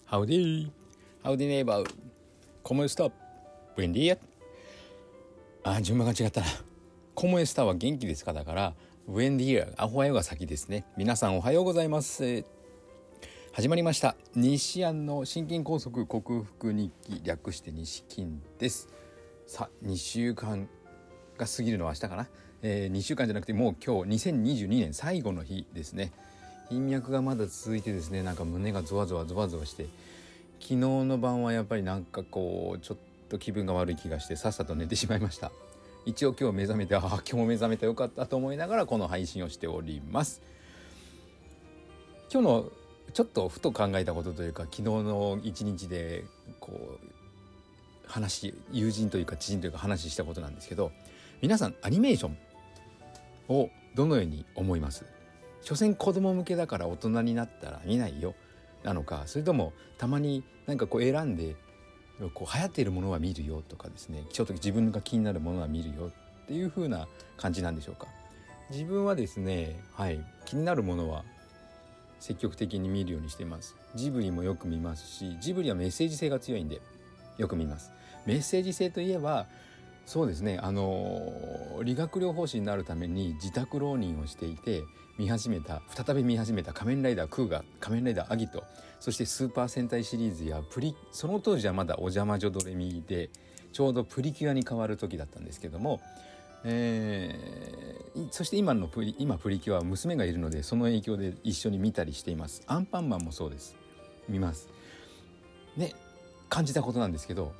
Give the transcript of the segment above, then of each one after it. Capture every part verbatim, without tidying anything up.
Howdy, howdy neighbor, ¿cómo está? Buen día.あ、順番が違ったな。¿Cómo estáは元気ですかだから、Buen día、おはようが先ですね。皆さんおはようございます。始まりました。西安の心筋梗塞克服日記、略して西筋です。さあ、にしゅうかんが過ぎるのは明日かな。えー、にしゅうかんじゃなくてもう今日にせんにじゅうにねん最後の日ですね。頻脈がまだ続いてですね、なんか胸がゾワゾワゾワゾワして、昨日の晩はやっぱりなんかこうちょっと気分が悪い気がしてさっさと寝てしまいました。一応今日目覚めて、ああ今日目覚めてよかったと思いながらこの配信をしております。今日のちょっとふと考えたことというか、昨日の一日でこう話、友人というか知人というか話したことなんですけど、皆さんアニメーションをどのように思います？所詮子供向けだから大人になったら見ないよなのか、それともたまになんかこう選んでこう流行っているものは見るよとかですね、ちょっと自分が気になるものは見るよっていう風な感じなんでしょうか。自分はですね、はい、気になるものは積極的に見るようにしています。ジブリもよく見ますし、ジブリはメッセージ性が強いんでよく見ます。メッセージ性といえばそうですね、あの理学療法士になるために自宅浪人をしていて見始めた再び見始めた仮面ライダークーガ、仮面ライダーアギト、そしてスーパー戦隊シリーズやプリ、その当時はまだお邪魔女ドレミでちょうどプリキュアに変わる時だったんですけども、えー、そして今のプリ今プリキュアは娘がいるので、その影響で一緒に見たりしています。アンパンマンもそうです、見ますね。感じたことなんですけど、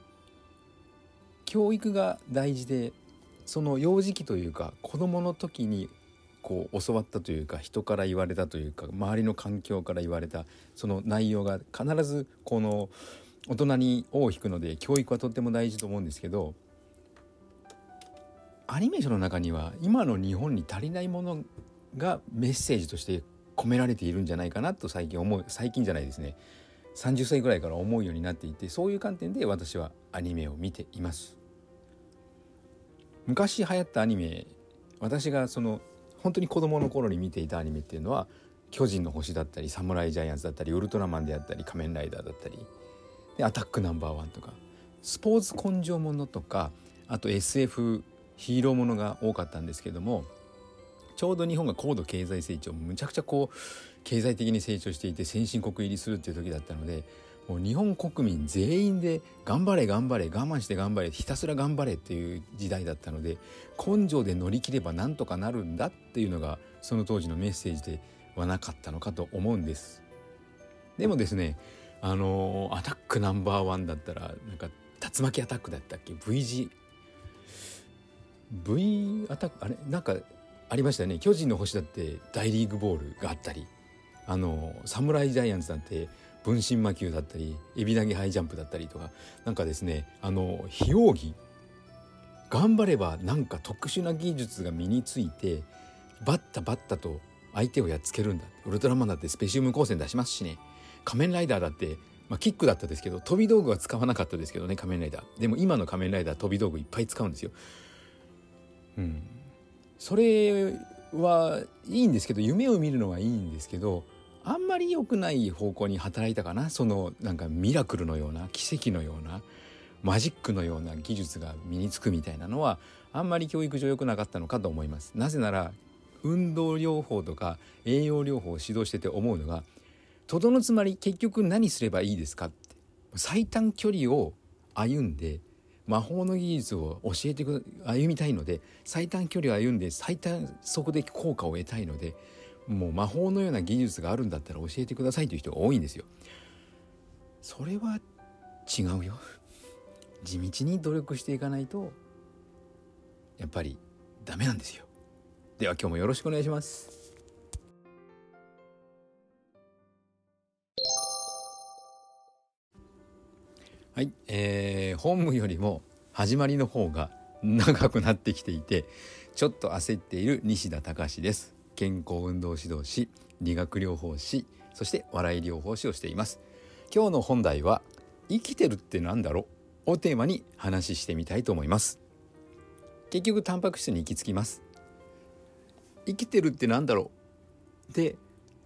教育が大事で、その幼児期というか子どもの時にこう教わったというか、人から言われたというか、周りの環境から言われたその内容が必ずこの大人に尾を引くので、教育はとっても大事と思うんですけど、アニメーションの中には今の日本に足りないものがメッセージとして込められているんじゃないかなと最近思う、最近じゃないですね、さんじゅっさいぐらいから思うようになっていて、そういう観点で私はアニメを見ています。昔流行ったアニメ、私がその本当に子供の頃に見ていたアニメっていうのは、巨人の星だったり、サムライジャイアンツだったり、ウルトラマンであったり、仮面ライダーだったりで、アタックナンバーワンとかスポーツ根性ものとか、あと エスエフ ヒーローものが多かったんですけども、ちょうど日本が高度経済成長、むちゃくちゃこう経済的に成長していて先進国入りするっていう時だったので、もう日本国民全員で頑張れ頑張れ、我慢して頑張れ、ひたすら頑張れっていう時代だったので、根性で乗り切ればなんとかなるんだっていうのがその当時のメッセージではなかったのかと思うんです。でもですね、あのアタックナンバーワンだったら、なんか竜巻アタックだったっけ、 ブイジーV アタック、あれなんかありましたよね。巨人の星だって大リーグボールがあったり、あのサムライジャイアンツだって分身魔球だったり、エビ投げハイジャンプだったりとか、なんかですね、あの非奥義、頑張ればなんか特殊な技術が身についてバッタバッタと相手をやっつけるんだ。ウルトラマンだってスペシウム光線出しますしね。仮面ライダーだって、まあ、キックだったですけど飛び道具は使わなかったですけどね、仮面ライダー。でも今の仮面ライダー飛び道具いっぱい使うんですよ。うん、それはいいんですけど、夢を見るのはいいんですけど、あんまり良くない方向に働いたかな。そのなんかミラクルのような、奇跡のような、マジックのような技術が身につくみたいなのはあんまり教育上良くなかったのかと思います。なぜなら運動療法とか栄養療法を指導してて思うのが、とどのつまり結局何すればいいですかって、最短距離を歩んで魔法の技術を教えてく歩みたいので、最短距離を歩んで最短速で効果を得たいので、もう魔法のような技術があるんだったら教えてくださいという人が多いんですよ。それは違うよ。地道に努力していかないとやっぱりダメなんですよ。では今日もよろしくお願いします。はい、えー、本部よりも始まりの方が長くなってきていて、ちょっと焦っている西田隆です。健康運動指導士、理学療法士、そして笑い療法士をしています。今日の本題は生きてるってなんだろうをテーマに話してみたいと思います。結局タンパク質に行き着きます。生きてるってなんだろうで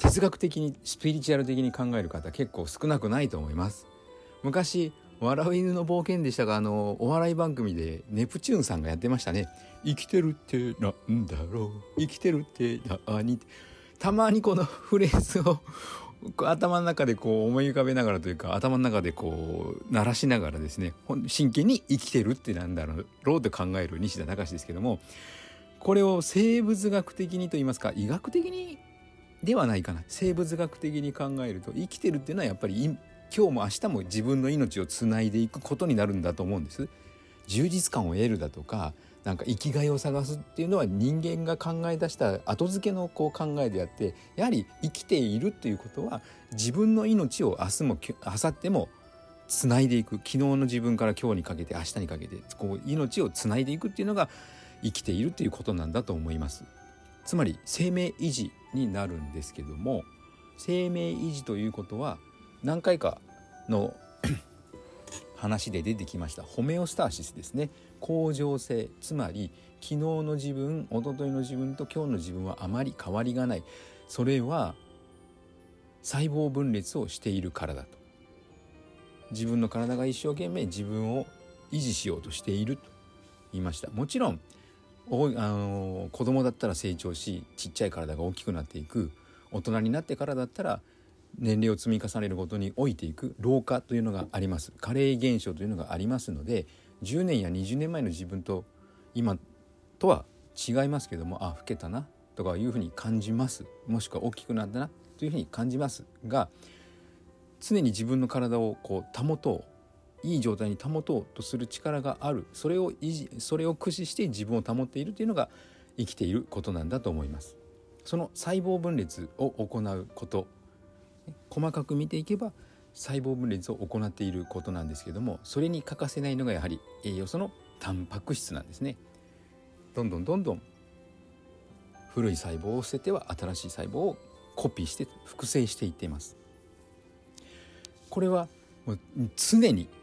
哲学的にスピリチュアル的に考える方結構少なくないと思います。昔笑う犬の冒険でしたが、あのお笑い番組でネプチューンさんがやってましたね。生きてるってなんだろう、生きてるって何、たまにこのフレーズを頭の中でこう思い浮かべながらというか、頭の中でこう鳴らしながらですね、真剣に生きてるってなんだろうと考える西田隆ですけども、これを生物学的にと言いますか、医学的にではないかな、生物学的に考えると、生きてるっていうのはやっぱり今日も明日も自分の命をつないでいくことになるんだと思うんです。充実感を得るだとか、なんか生きがいを探すっていうのは人間が考え出した後付けのこう考えであって、やはり生きているっていうことは自分の命を明日も明後日もつないでいく、昨日の自分から今日にかけて明日にかけてこう命をつないでいくっていうのが生きているということなんだと思います。つまり生命維持になるんですけども、生命維持ということは何回かの話で出てきましたホメオスターシスですね。恒常性、つまり昨日の自分、一昨日の自分と今日の自分はあまり変わりがない。それは細胞分裂をしているからだと。自分の体が一生懸命自分を維持しようとしていると言いました。もちろんおあの子供だったら成長し、ちっちゃい体が大きくなっていく。大人になってからだったら年齢を積み重ねるごとに老いていく、老化というのがあります。加齢現象というのがありますので、じゅうねんやにじゅうねんまえの自分と今とは違いますけども、あ、老けたなとかいうふうに感じます。もしくは大きくなったなというふうに感じますが、常に自分の体をこう保とう、いい状態に保とうとする力がある。それを維持、それを駆使して自分を保っているというのが生きていることなんだと思います。その細胞分裂を行うこと、細かく見ていけば細胞分裂を行っていることなんですけども、それに欠かせないのがやはり栄養素のタンパク質なんですね。どんどんどんどん古い細胞を捨てては新しい細胞をコピーして複製していっています。これはもう常に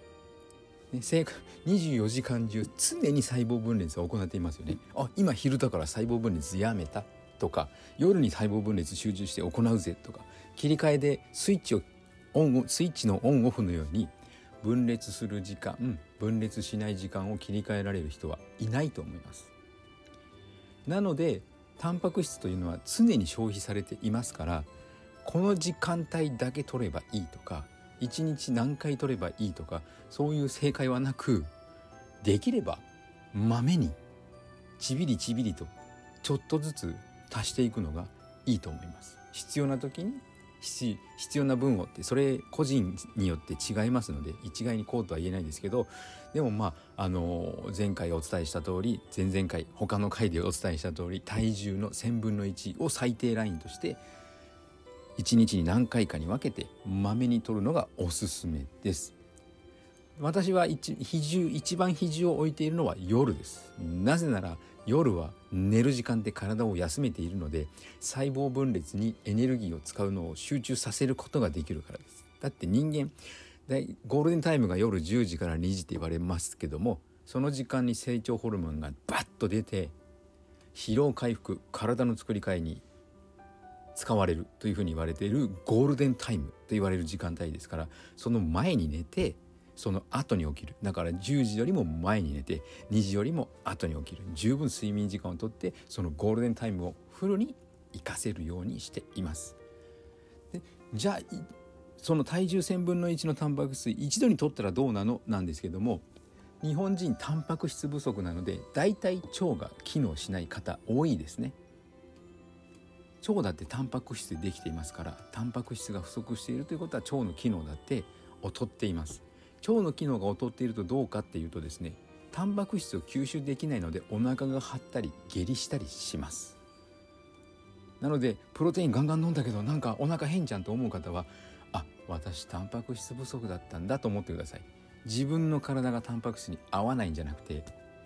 にじゅうよじかん中常に細胞分裂を行っていますよね。あ、今昼だから細胞分裂やめたとか、夜に細胞分裂集中して行うぜとか、切り替えでスイッチをオンスイッチのオンオフのように分裂する時間、分裂しない時間を切り替えられる人はいないと思います。なのでタンパク質というのは常に消費されていますから、この時間帯だけ取ればいいとか、いちにち何回取ればいいとか、そういう正解はなく、できればまめにちびりちびりとちょっとずつ足していくのがいいと思います。必要な時に必要な分をって、それ個人によって違いますので一概にこうとは言えないんですけど、でもまああの前回お伝えした通り、前々回他の回でお伝えした通り、体重のせんぶんのいちを最低ラインとしていちにちに何回かに分けてまめに摂るのがおすすめです。私は一比重一番比重を置いているのは夜です。なぜなら夜は寝る時間で体を休めているので、細胞分裂にエネルギーを使うのを集中させることができるからです。だって人間ゴールデンタイムが夜じゅうじからにじって言われますけども、その時間に成長ホルモンがバッと出て疲労回復、体の作り替えに使われるというふうに言われているゴールデンタイムと言われる時間帯ですから、その前に寝てその後に起きる。だからじゅうじよりも前に寝てにじよりも後に起きる。十分睡眠時間をとってそのゴールデンタイムをフルに活かせるようにしています。でじゃあその体重せんぶんのいちのタンパク質一度に取ったらどうなのなんですけども、日本人タンパク質不足なのでだいたい腸が機能しない方多いですね。腸だってタンパク質でできていますから、タンパク質が不足しているということは腸の機能だって劣っています。腸の機能が劣っているとどうかっていうとですね、タンパク質を吸収できないのでお腹が張ったり下痢したりします。なのでプロテインガンガン飲んだけどなんかお腹変じゃんと思う方は、あ、私タンパク質不足だったんだと思ってください。自分の体がタンパク質に合わないんじゃなくて、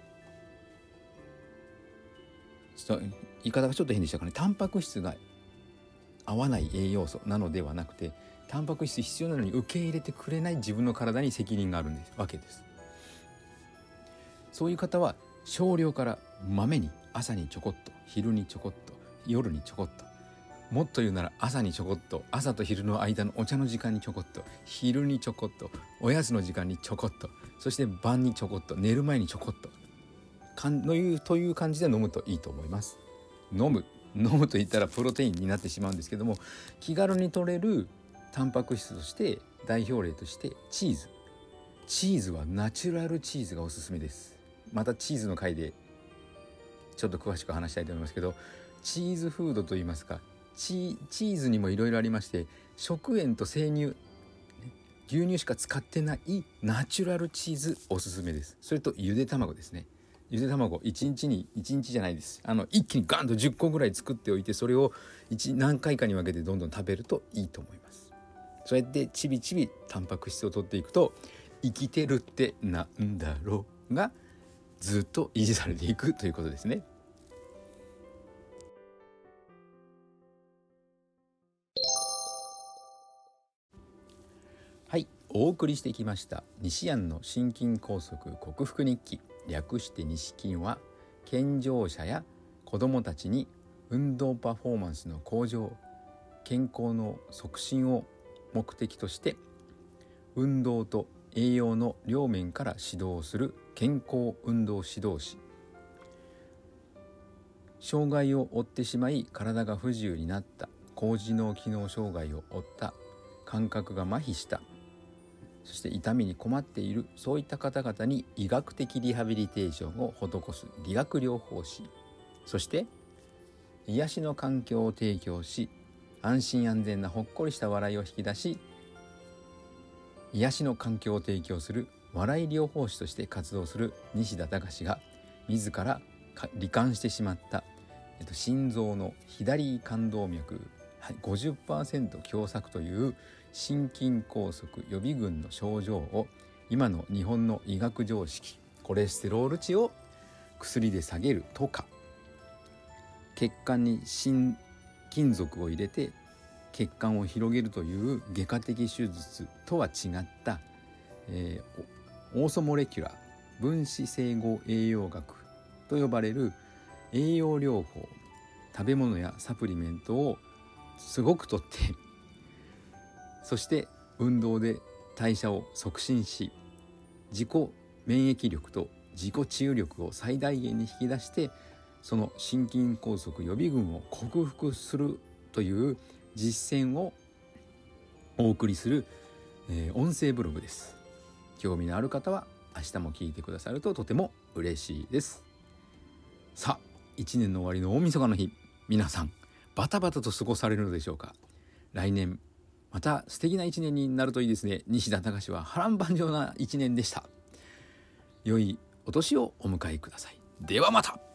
言い方がちょっと変でしたかね。タンパク質が合わない栄養素なのではなくて、タンパク質必要なのに受け入れてくれない自分の体に責任があるんですわけです。そういう方は少量からまめに朝にちょこっと、昼にちょこっと、夜にちょこっともっと言うなら朝にちょこっと、朝と昼の間のお茶の時間にちょこっと、昼にちょこっと、おやつの時間にちょこっと、そして晩にちょこっと、寝る前にちょこっとかんのいうという感じで飲むといいと思います。飲む飲むと言ったらプロテインになってしまうんですけども、気軽に摂れるタンパク質として代表例としてチーズチーズはナチュラルチーズがおすすめです。またチーズの回でちょっと詳しく話したいと思いますけど、チーズフードといいますか、チ, チーズにもいろいろありまして、食塩と生乳、牛乳しか使ってないナチュラルチーズおすすめです。それとゆで卵ですね。ゆで卵いちにちにいちにちじゃないです、あの一気にガンとじゅっこぐらい作っておいて、それを何回かに分けてどんどん食べるといいと思います。そうやってちびちびタンパク質を取っていくと、生きてるってなんだろうがずっと維持されていくということですね。はい、お送りしてきました西安の心筋梗塞克服日記、略して西筋は、健常者や子どもたちに運動パフォーマンスの向上、健康の促進を目的として、運動と栄養の両面から指導する健康運動指導士、障害を負ってしまい体が不自由になった、高次脳機能障害を負った、感覚が麻痺した、そして痛みに困っている、そういった方々に医学的リハビリテーションを施す理学療法士、そして癒しの環境を提供し、安心安全なほっこりした笑いを引き出し、癒しの環境を提供する笑い療法士として活動する西田隆が、自ら罹患してしまった、えっと、心臓の左冠動脈 ごじゅっパーセント 狭窄という心筋梗塞予備軍の症状を、今の日本の医学常識、コレステロール値を薬で下げるとか、血管に新金属を入れて血管を広げるという外科的手術とは違った、えー、オーソモレキュラー分子整合栄養学と呼ばれる栄養療法、食べ物やサプリメントをすごくとって、そして運動で代謝を促進し、自己免疫力と自己治癒力を最大限に引き出して、その心筋梗塞予備軍を克服するという実践をお送りする、えー、音声ブログです。興味のある方は明日も聞いてくださるととても嬉しいです。さあ、いちねんの終わりの大晦日の日、皆さんバタバタと過ごされるのでしょうか。来年また素敵ないちねんになるといいですね。西田隆は波乱万丈ないちねんでした。良いお年をお迎えください。ではまた。